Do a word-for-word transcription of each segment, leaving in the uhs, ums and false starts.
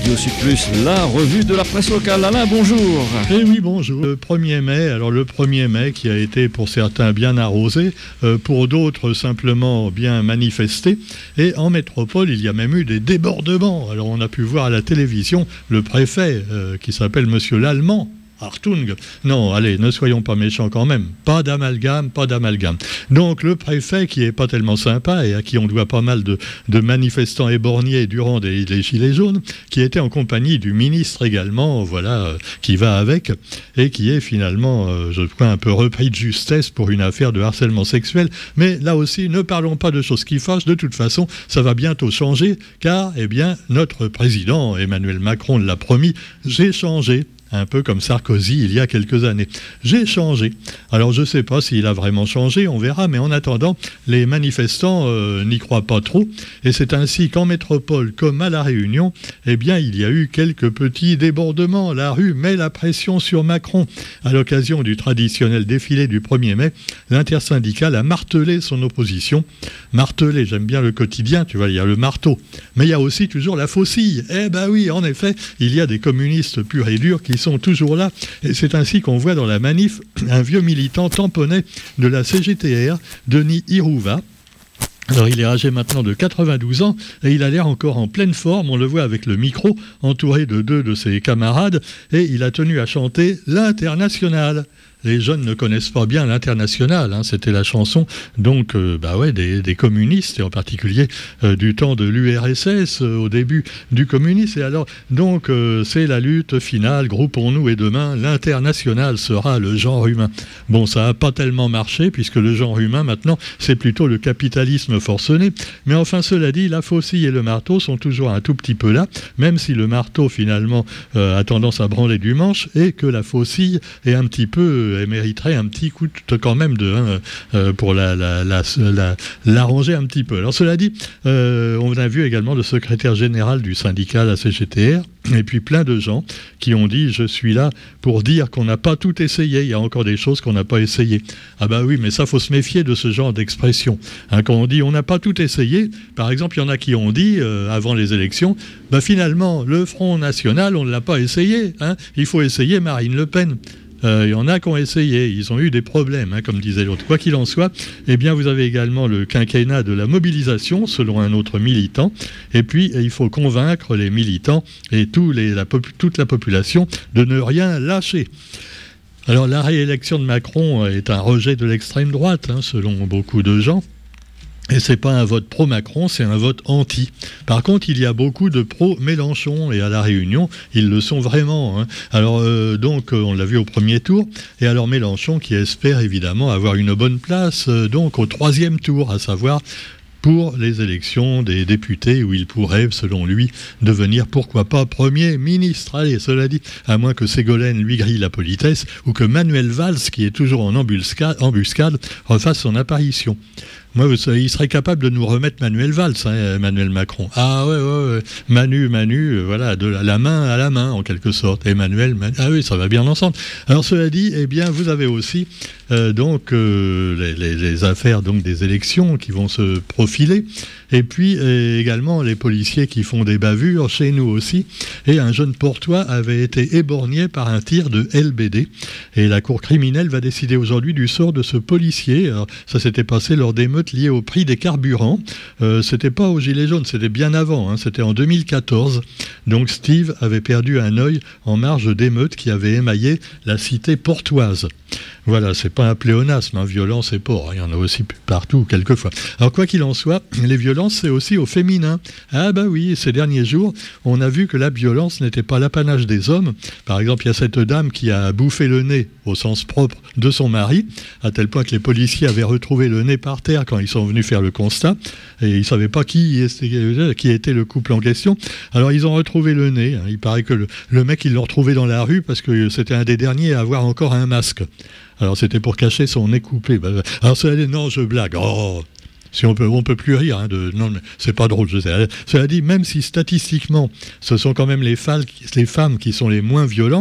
Radio Sud Plus, la revue de la presse locale. Alain, bonjour. Eh oui, bonjour. Le premier mai, alors le premier mai qui a été pour certains bien arrosé, euh, pour d'autres simplement bien manifesté. Et en métropole, il y a même eu des débordements. Alors on a pu voir à la télévision le préfet euh, qui s'appelle Monsieur Lallemand. Hartung. Non, allez, ne soyons pas méchants quand même. Pas d'amalgame, pas d'amalgame. Donc le préfet, qui est pas tellement sympa et à qui on doit pas mal de, de manifestants éborgnés durant des, les Gilets jaunes, qui était en compagnie du ministre également, voilà, euh, qui va avec, et qui est finalement, euh, je crois, un peu repris de justesse pour une affaire de harcèlement sexuel. Mais là aussi, ne parlons pas de choses qui fâchent. De toute façon, ça va bientôt changer, car, eh bien, notre président, Emmanuel Macron, l'a promis, j'ai changé. Un peu comme Sarkozy il y a quelques années. J'ai changé. Alors je ne sais pas s'il a vraiment changé, on verra, mais en attendant, les manifestants euh, n'y croient pas trop. Et c'est ainsi qu'en métropole comme à La Réunion, eh bien, il y a eu quelques petits débordements. La rue met la pression sur Macron. À l'occasion du traditionnel défilé du premier mai, l'intersyndicale a martelé son opposition. Martelé, j'aime bien le quotidien, tu vois, il y a le marteau. Mais il y a aussi toujours la faucille. Eh ben oui, en effet, il y a des communistes purs et durs qui sont toujours là, et c'est ainsi qu'on voit dans la manif un vieux militant tamponné de la C G T R, Denis Irouva. Alors il est âgé maintenant de quatre-vingt-douze ans et il a l'air encore en pleine forme, on le voit avec le micro, entouré de deux de ses camarades, et il a tenu à chanter l'Internationale. Les jeunes ne connaissent pas bien l'Internationale, hein. C'était la chanson donc euh, bah ouais, des, des communistes, et en particulier euh, du temps de l'U R S S, euh, au début du communisme. Et alors, donc, euh, c'est la lutte finale, groupons-nous et demain, l'Internationale sera le genre humain. Bon, ça n'a pas tellement marché, puisque le genre humain, maintenant, c'est plutôt le capitalisme forcené. Mais enfin, cela dit, la faucille et le marteau sont toujours un tout petit peu là, même si le marteau, finalement, euh, a tendance à branler du manche, et que la faucille est un petit peu... elle mériterait un petit coup de, quand même de, hein, euh, pour la, la, la, la, l'arranger un petit peu. Alors cela dit, euh, on a vu également le secrétaire général du syndicat, la C G T R, et puis plein de gens qui ont dit « je suis là pour dire qu'on n'a pas tout essayé, il y a encore des choses qu'on n'a pas essayées ». Ah bah oui, mais ça, faut se méfier de ce genre d'expression. Hein, quand on dit « on n'a pas tout essayé », par exemple, il y en a qui ont dit, euh, avant les élections, bah finalement, le Front National, on ne l'a pas essayé. Hein, il faut essayer Marine Le Pen. Il euh, y en a qui ont essayé, ils ont eu des problèmes, hein, comme disait l'autre. Quoi qu'il en soit, eh bien, vous avez également le quinquennat de la mobilisation, selon un autre militant. Et puis, il faut convaincre les militants et tous les, la, toute la population de ne rien lâcher. Alors, la réélection de Macron est un rejet de l'extrême droite, hein, selon beaucoup de gens. Et c'est pas un vote pro-Macron, c'est un vote anti. Par contre, il y a beaucoup de pro-Mélenchon, et à La Réunion, ils le sont vraiment. Hein. Alors, euh, donc, on l'a vu au premier tour, et alors Mélenchon qui espère évidemment avoir une bonne place, euh, donc au troisième tour, à savoir pour les élections des députés, où il pourrait, selon lui, devenir, pourquoi pas, Premier ministre. Allez, cela dit, à moins que Ségolène lui grille la politesse, ou que Manuel Valls, qui est toujours en embuscade, embuscade refasse son apparition. Moi, vous savez, il serait capable de nous remettre Manuel Valls, hein, Emmanuel Macron. Ah ouais, ouais, ouais. Manu, Manu, euh, voilà, de la, la main à la main, en quelque sorte. Emmanuel, Manu, ah oui, ça va bien ensemble. Alors, cela dit, eh bien, vous avez aussi euh, donc euh, les, les, les affaires donc des élections qui vont se profiler, et puis euh, également les policiers qui font des bavures chez nous aussi. Et un jeune Portois avait été éborgné par un tir de L B D. Et la cour criminelle va décider aujourd'hui du sort de ce policier. Alors, ça s'était passé lors d'émeutes liées au prix des carburants. Euh, c'était pas aux Gilets jaunes, c'était bien avant, hein, c'était en deux mille quatorze. Donc Steve avait perdu un œil en marge d'émeutes qui avaient émaillé la cité portoise. Voilà, c'est pas un pléonasme, hein, violence et porc, il y en a aussi partout, quelquefois. Alors quoi qu'il en soit, les violences, c'est aussi au féminin. Ah bah oui, ces derniers jours, on a vu que la violence n'était pas l'apanage des hommes. Par exemple, il y a cette dame qui a bouffé le nez, au sens propre, de son mari, à tel point que les policiers avaient retrouvé le nez par terre quand ils sont venus faire le constat, et ils ne savaient pas qui était, qui était le couple en question. Alors ils ont retrouvé le nez, hein. Il paraît que le, le mec, ils l'ont retrouvé dans la rue parce que c'était un des derniers à avoir encore un masque. Alors c'était pour cacher son nez coupé. Alors cela dit, non, je blague. Oh, si on peut, on peut plus rire. Hein, de, non, mais c'est pas drôle. Je sais. Cela dit, même si statistiquement, ce sont quand même les femmes, les femmes qui sont les moins violentes.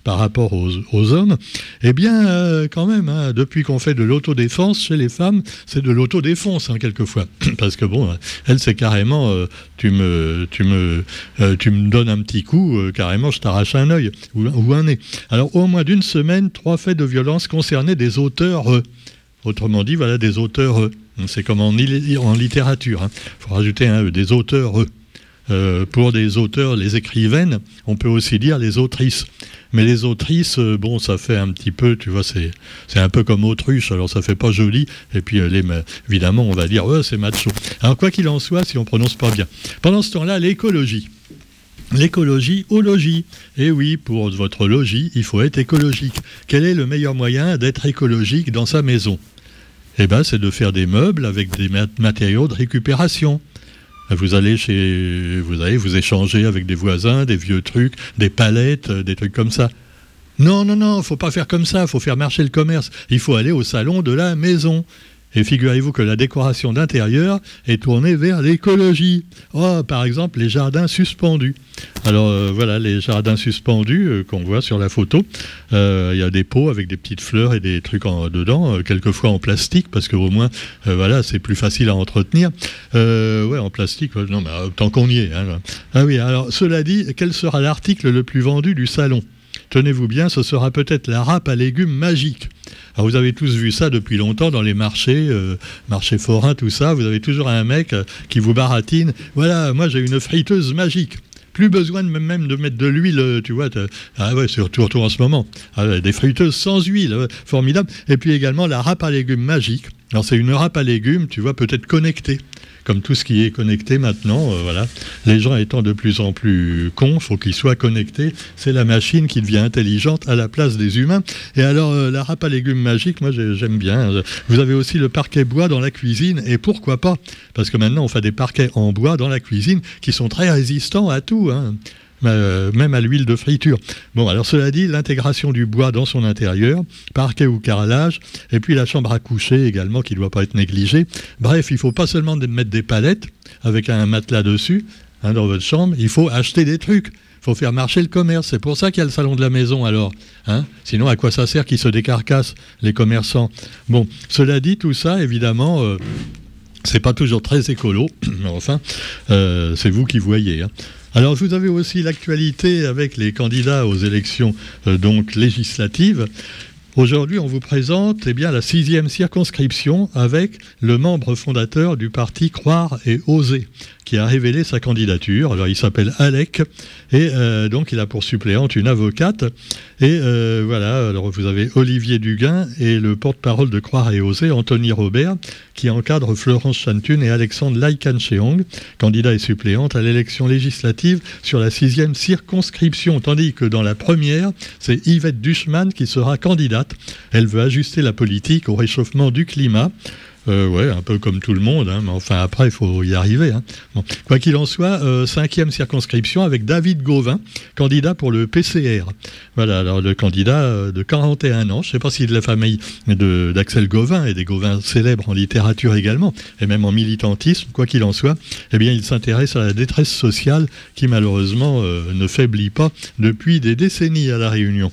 par rapport aux, aux hommes, eh bien, euh, quand même, hein, depuis qu'on fait de l'autodéfense chez les femmes, c'est de l'autodéfense, hein, quelquefois. Parce que bon, elle, c'est carrément, euh, tu, me, tu, me, euh, tu me donnes un petit coup, euh, carrément, je t'arrache un œil ou, ou un nez. Alors, au moins d'une semaine, trois faits de violence concernaient des auteurs, euh, autrement dit, voilà, des auteurs, euh, c'est comme en, en littérature, il hein. faut rajouter hein, des auteurs, euh. Euh, pour des auteurs, les écrivaines, on peut aussi dire les autrices. Mais les autrices, euh, bon, ça fait un petit peu, tu vois, c'est, c'est un peu comme autruche, alors ça fait pas joli. Et puis, euh, les, évidemment, on va dire, ouais, c'est macho. Alors, quoi qu'il en soit, si on prononce pas bien. Pendant ce temps-là, l'écologie. L'écologie au logis. Et oui, pour votre logis, il faut être écologique. Quel est le meilleur moyen d'être écologique dans sa maison ? Eh bien, c'est de faire des meubles avec des mat- matériaux de récupération. Vous allez chez, vous allez vous échanger avec des voisins, des vieux trucs, des palettes, des trucs comme ça. Non, non, non, faut pas faire comme ça, faut faire marcher le commerce. Il faut aller au salon de la maison. Et figurez-vous que la décoration d'intérieur est tournée vers l'écologie. Oh, par exemple, les jardins suspendus. Alors euh, voilà, les jardins suspendus euh, qu'on voit sur la photo. Il euh, y a des pots avec des petites fleurs et des trucs en, dedans, euh, quelquefois en plastique, parce qu'au moins, euh, voilà, c'est plus facile à entretenir. Euh, ouais, en plastique, ouais, non, mais euh, tant qu'on y est. Hein. Ah oui, alors, cela dit, quel sera l'article le plus vendu du salon ? Tenez-vous bien, ce sera peut-être la râpe à légumes magique. Alors vous avez tous vu ça depuis longtemps dans les marchés, euh, marchés forains, tout ça. Vous avez toujours un mec euh, qui vous baratine. Voilà, moi j'ai une friteuse magique. Plus besoin de même de mettre de l'huile, tu vois. Ah ouais, surtout, surtout en ce moment. Ah, des friteuses sans huile, ouais, formidable. Et puis également la râpe à légumes magique. Alors c'est une râpe à légumes, tu vois, peut-être connectée. Comme tout ce qui est connecté maintenant, euh, voilà. Les gens étant de plus en plus cons, il faut qu'ils soient connectés. C'est la machine qui devient intelligente à la place des humains. Et alors, euh, la râpe à légumes magique, moi j'aime bien. Vous avez aussi le parquet bois dans la cuisine, et pourquoi pas ? Parce que maintenant, on fait des parquets en bois dans la cuisine qui sont très résistants à tout, hein. Euh, même à l'huile de friture. Bon, alors cela dit, l'intégration du bois dans son intérieur, parquet ou carrelage, et puis la chambre à coucher également qui ne doit pas être négligée. Bref, il ne faut pas seulement mettre des palettes avec un matelas dessus hein, dans votre chambre, il faut acheter des trucs. Il faut faire marcher le commerce. C'est pour ça qu'il y a le salon de la maison alors. Hein, sinon, à quoi ça sert qu'ils se décarcassent, les commerçants ? Bon, cela dit, tout ça, évidemment... Euh, c'est pas toujours très écolo, mais enfin, euh, c'est vous qui voyez. Hein. Alors, vous avez aussi l'actualité avec les candidats aux élections euh, donc législatives. Aujourd'hui, on vous présente eh bien, la sixième circonscription avec le membre fondateur du parti Croire et Oser, qui a révélé sa candidature. Alors, il s'appelle Alec, et euh, donc il a pour suppléante une avocate. Et euh, voilà, alors vous avez Olivier Duguin et le porte-parole de Croire et Oser, Anthony Robert, qui encadre Florence Chantun et Alexandre Lai-Kan-Cheong, candidat et suppléante à l'élection législative sur la sixième circonscription, tandis que dans la première, c'est Yvette Duchman qui sera candidate. Elle veut ajuster la politique au réchauffement du climat. Euh, ouais, un peu comme tout le monde, hein, mais enfin après il faut y arriver. Hein. Bon. Quoi qu'il en soit, euh, cinquième circonscription avec David Gauvin, candidat pour le P C R. Voilà, alors le candidat euh, de quarante et un ans, je ne sais pas s'il est de la famille de, d'Axel Gauvin, et des Gauvin célèbres en littérature également, et même en militantisme, quoi qu'il en soit, eh bien il s'intéresse à la détresse sociale qui malheureusement euh, ne faiblit pas depuis des décennies à La Réunion.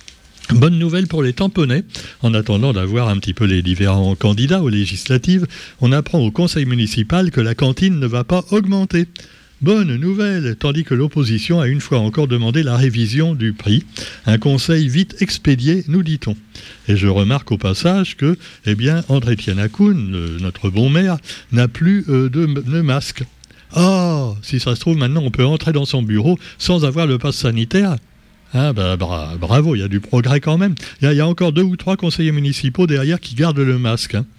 Bonne nouvelle pour les Tamponnais. En attendant d'avoir un petit peu les différents candidats aux législatives, on apprend au conseil municipal que la cantine ne va pas augmenter. Bonne nouvelle, tandis que l'opposition a une fois encore demandé la révision du prix. Un conseil vite expédié, nous dit-on. Et je remarque au passage que, eh bien, André Tianakoun, le, notre bon maire, n'a plus euh, de, de masque. Ah, oh, si ça se trouve, maintenant on peut entrer dans son bureau sans avoir le pass sanitaire. Ah bah, bra- bravo, il y a du progrès quand même. Il y, y a encore deux ou trois conseillers municipaux derrière qui gardent le masque. Hein.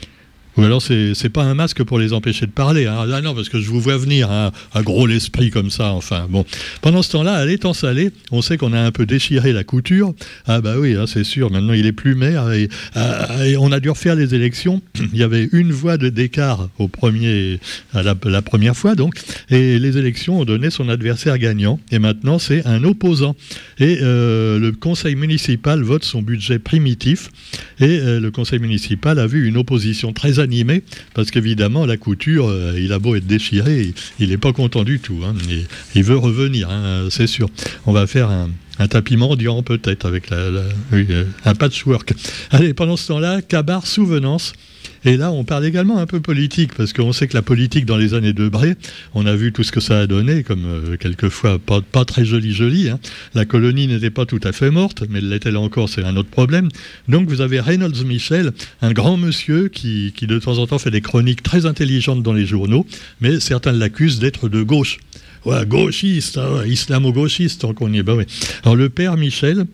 Ou alors c'est, c'est pas un masque pour les empêcher de parler. Hein. Ah non, parce que je vous vois venir, hein, à gros l'esprit comme ça, enfin. Bon. Pendant ce temps-là, à l'étang salé, on sait qu'on a un peu déchiré la couture. Ah bah oui, hein, c'est sûr, maintenant il est plus maire. Et, euh, et on a dû refaire les élections. Il y avait une voix de, d'écart au premier, à la, la première fois, donc. Et les élections ont donné son adversaire gagnant. Et maintenant, c'est un opposant. Et euh, le conseil municipal vote son budget primitif. Et euh, le conseil municipal a vu une opposition très animé, parce qu'évidemment la couture, euh, il a beau être déchiré, il n'est pas content du tout, hein, il veut revenir, hein, c'est sûr. On va faire un, Un tapis mendiant peut-être, avec la, la, oui, euh, un patchwork. Allez, pendant ce temps-là, Kabar, Souvenance. Et là, on parle également un peu politique, parce qu'on sait que la politique dans les années de Bré, on a vu tout ce que ça a donné, comme euh, quelquefois pas, pas très joli joli. Hein. La colonie n'était pas tout à fait morte, mais l'est-elle encore, c'est un autre problème. Donc vous avez Reynolds Michel, un grand monsieur qui, qui de temps en temps fait des chroniques très intelligentes dans les journaux, mais certains l'accusent d'être de gauche. Ouais, gauchiste, hein, islamo-gauchiste, tant qu'on y est. Bah ouais. Alors le père Michel...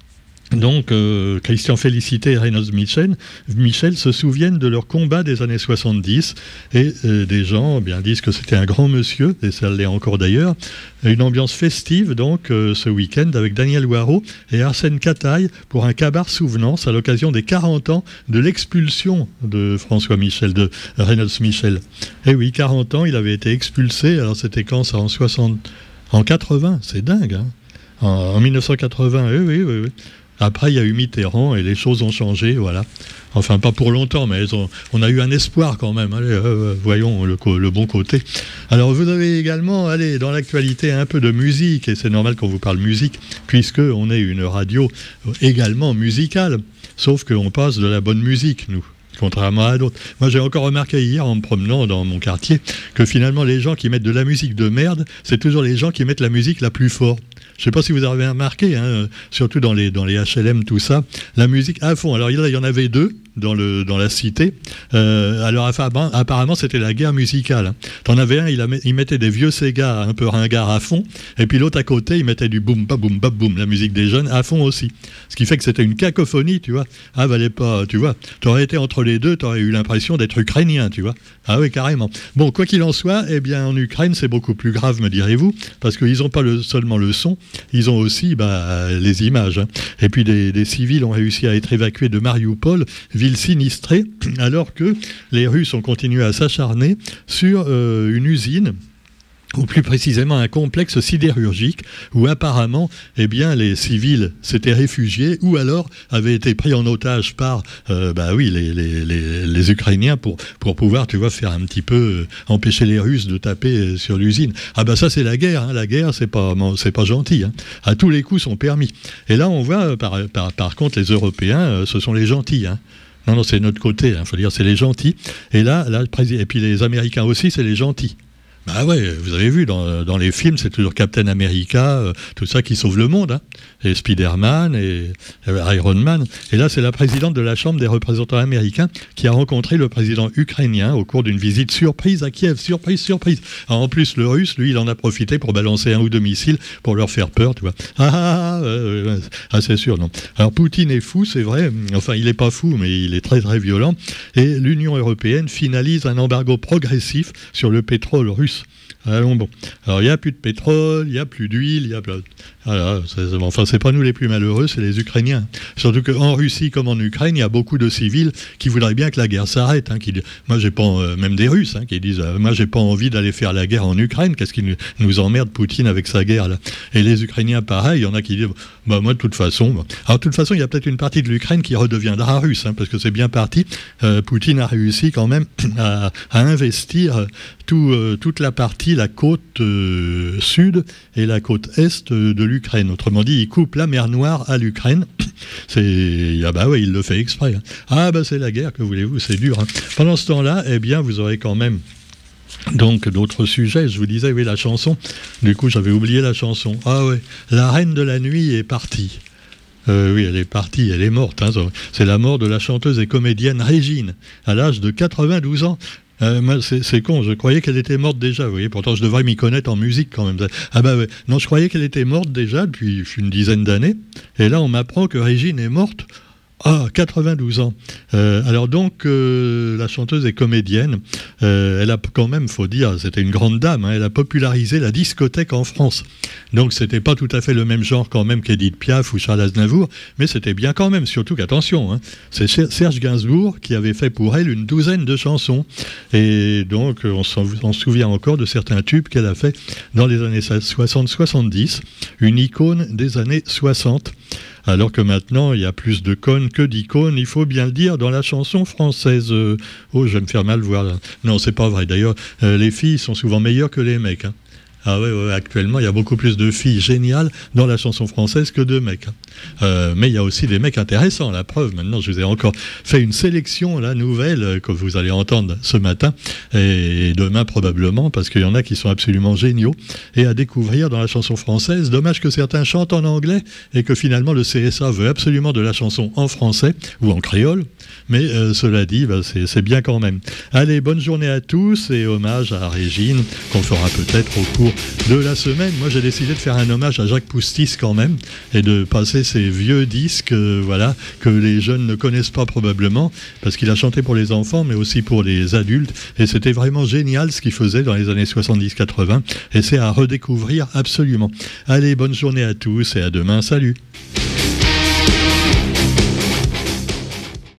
Donc, euh, Christian Félicité et Reynolds Michel, Michel se souviennent de leur combat des années soixante-dix et euh, des gens eh bien, disent que c'était un grand monsieur, et ça l'est encore d'ailleurs. Une ambiance festive, donc, euh, ce week-end avec Daniel Waro et Arsène Cataille pour un Kabar Souvenance à l'occasion des quarante ans de l'expulsion de François Michel, de Reynolds Michel. Et oui, quarante ans, il avait été expulsé, alors c'était quand ça, en soixante, en quatre-vingts, c'est dingue, hein, en, en mille neuf cent quatre-vingts, oui, oui, oui, oui. Après, il y a eu Mitterrand et les choses ont changé, voilà. Enfin, pas pour longtemps, mais elles ont, on a eu un espoir quand même. Allez, euh, voyons le, le bon côté. Alors, vous avez également, allez, dans l'actualité, un peu de musique, et c'est normal qu'on vous parle musique, puisqu'on est une radio également musicale, sauf qu'on passe de la bonne musique, nous. Contrairement à d'autres. Moi, j'ai encore remarqué hier, en me promenant dans mon quartier, que finalement, les gens qui mettent de la musique de merde, c'est toujours les gens qui mettent la musique la plus forte. Je ne sais pas si vous avez remarqué, hein, surtout dans les, dans les H L M, tout ça, la musique à fond. Alors, il y en avait deux dans, le, dans la cité. Euh, alors, apparemment, c'était la guerre musicale. Hein. T'en avais un, il, a, il mettait des vieux Sega un peu ringards à fond, et puis l'autre à côté, il mettait du boum, ba, boum, ba, boum, la musique des jeunes à fond aussi. Ce qui fait que c'était une cacophonie, tu vois. Ah, valait pas, tu vois. T'aurais été entre les deux, t'aurais eu l'impression d'être ukrainien, tu vois. Ah oui, carrément. Bon, quoi qu'il en soit, eh bien, en Ukraine, c'est beaucoup plus grave, me direz-vous, parce qu'ils n'ont pas le, seulement le son, ils ont aussi bah, les images. Hein. Et puis, des, des civils ont réussi à être évacués de Mariupol, ville sinistrée, alors que les Russes ont continué à s'acharner sur euh, une usine, ou plus précisément un complexe sidérurgique où apparemment eh bien, les civils s'étaient réfugiés ou alors avaient été pris en otage par euh, bah oui, les, les, les, les Ukrainiens pour, pour pouvoir tu vois, faire un petit peu euh, empêcher les Russes de taper sur l'usine. Ah bah ça c'est la guerre, hein. La guerre c'est pas, c'est pas gentil. Hein. À tous les coups sont permis. Et là on voit par, par, par contre les Européens, euh, ce sont les gentils. Hein. Non, non, c'est notre côté, il hein, faut dire, c'est les gentils. Et là, là, et puis les Américains aussi, c'est les gentils. Bah ouais, vous avez vu, dans, dans les films, c'est toujours Captain America, euh, tout ça qui sauve le monde, hein. Et Spider-Man, et, et Iron Man. Et là, c'est la présidente de la Chambre des représentants américains qui a rencontré le président ukrainien au cours d'une visite surprise à Kiev. Surprise, surprise. Alors, en plus, le Russe, lui, il en a profité pour balancer un ou deux missiles pour leur faire peur, tu vois. Ah, ah, ah, euh, ah c'est sûr, non. Alors, Poutine est fou, c'est vrai. Enfin, il n'est pas fou, mais il est très, très violent. Et l'Union européenne finalise un embargo progressif sur le pétrole russe. Allons bon. Alors il n'y a plus de pétrole, il n'y a plus d'huile, il y a plus... Voilà, c'est... Enfin, c'est pas nous les plus malheureux, c'est les Ukrainiens. Surtout qu'en Russie comme en Ukraine, il y a beaucoup de civils qui voudraient bien que la guerre s'arrête. Hein, qui... Moi, j'ai pas, euh, même des Russes hein, qui disent euh, moi, j'ai pas envie d'aller faire la guerre en Ukraine. Qu'est-ce qui nous, nous emmerde Poutine avec sa guerre là? Et les Ukrainiens, pareil, il y en a qui disent bah moi, de toute façon. Bah... Alors, de toute façon, il y a peut-être une partie de l'Ukraine qui redeviendra russe, hein, parce que c'est bien parti. Euh, Poutine a réussi quand même à, à investir tout, euh, toute la partie, la côte euh, sud et la côte est euh, de l'Ukraine. Autrement dit, il coupe la mer Noire à l'Ukraine. C'est... Ah bah oui, il le fait exprès. Hein. Ah bah c'est la guerre, que voulez-vous, c'est dur. Hein. Pendant ce temps-là, eh bien, vous aurez quand même donc d'autres sujets. Je vous disais, oui, la chanson. Du coup, j'avais oublié la chanson. Ah ouais, la reine de la nuit est partie. Euh, oui, elle est partie, elle est morte. Hein. C'est la mort de la chanteuse et comédienne Régine, à l'âge de quatre-vingt-douze ans. Euh, c'est, c'est con, je croyais qu'elle était morte déjà, vous voyez, pourtant je devrais m'y connaître en musique quand même. Ah bah ouais, non, je croyais qu'elle était morte déjà depuis une dizaine d'années, et là on m'apprend que Régine est morte. Ah, quatre-vingt-douze ans. Euh, alors donc, euh, la chanteuse et comédienne, euh, elle a quand même, faut dire, c'était une grande dame, hein, elle a popularisé la discothèque en France. Donc c'était pas tout à fait le même genre quand même qu'Edith Piaf ou Charles Aznavour, mais c'était bien quand même, surtout qu'attention, hein, c'est Serge Gainsbourg qui avait fait pour elle une douzaine de chansons. Et donc, on s'en on se souvient encore de certains tubes qu'elle a fait dans les années soixante soixante-dix, une icône des années soixante. Alors que maintenant, il y a plus de connes que d'icônes, il faut bien le dire, dans la chanson française. Euh, oh, je vais me faire mal voir là. Non, c'est pas vrai. D'ailleurs, euh, les filles sont souvent meilleures que les mecs. Hein. Ah oui, ouais, actuellement, il y a beaucoup plus de filles géniales dans la chanson française que de mecs. Euh, mais il y a aussi des mecs intéressants, la preuve. Maintenant, je vous ai encore fait une sélection, la nouvelle, euh, que vous allez entendre ce matin et demain probablement, parce qu'il y en a qui sont absolument géniaux et à découvrir dans la chanson française. Dommage que certains chantent en anglais et que finalement le C S A veut absolument de la chanson en français ou en créole. Mais euh, cela dit, bah, c'est, c'est bien quand même. Allez, bonne journée à tous et hommage à Régine, qu'on fera peut-être au cours de la semaine. Moi, j'ai décidé de faire un hommage à Jacques Poustis quand même et de passer ces vieux disques, euh, voilà, que les jeunes ne connaissent pas probablement, parce qu'il a chanté pour les enfants, mais aussi pour les adultes. Et c'était vraiment génial ce qu'il faisait dans les années soixante-dix quatre-vingts. Et c'est à redécouvrir absolument. Allez, bonne journée à tous et à demain. Salut!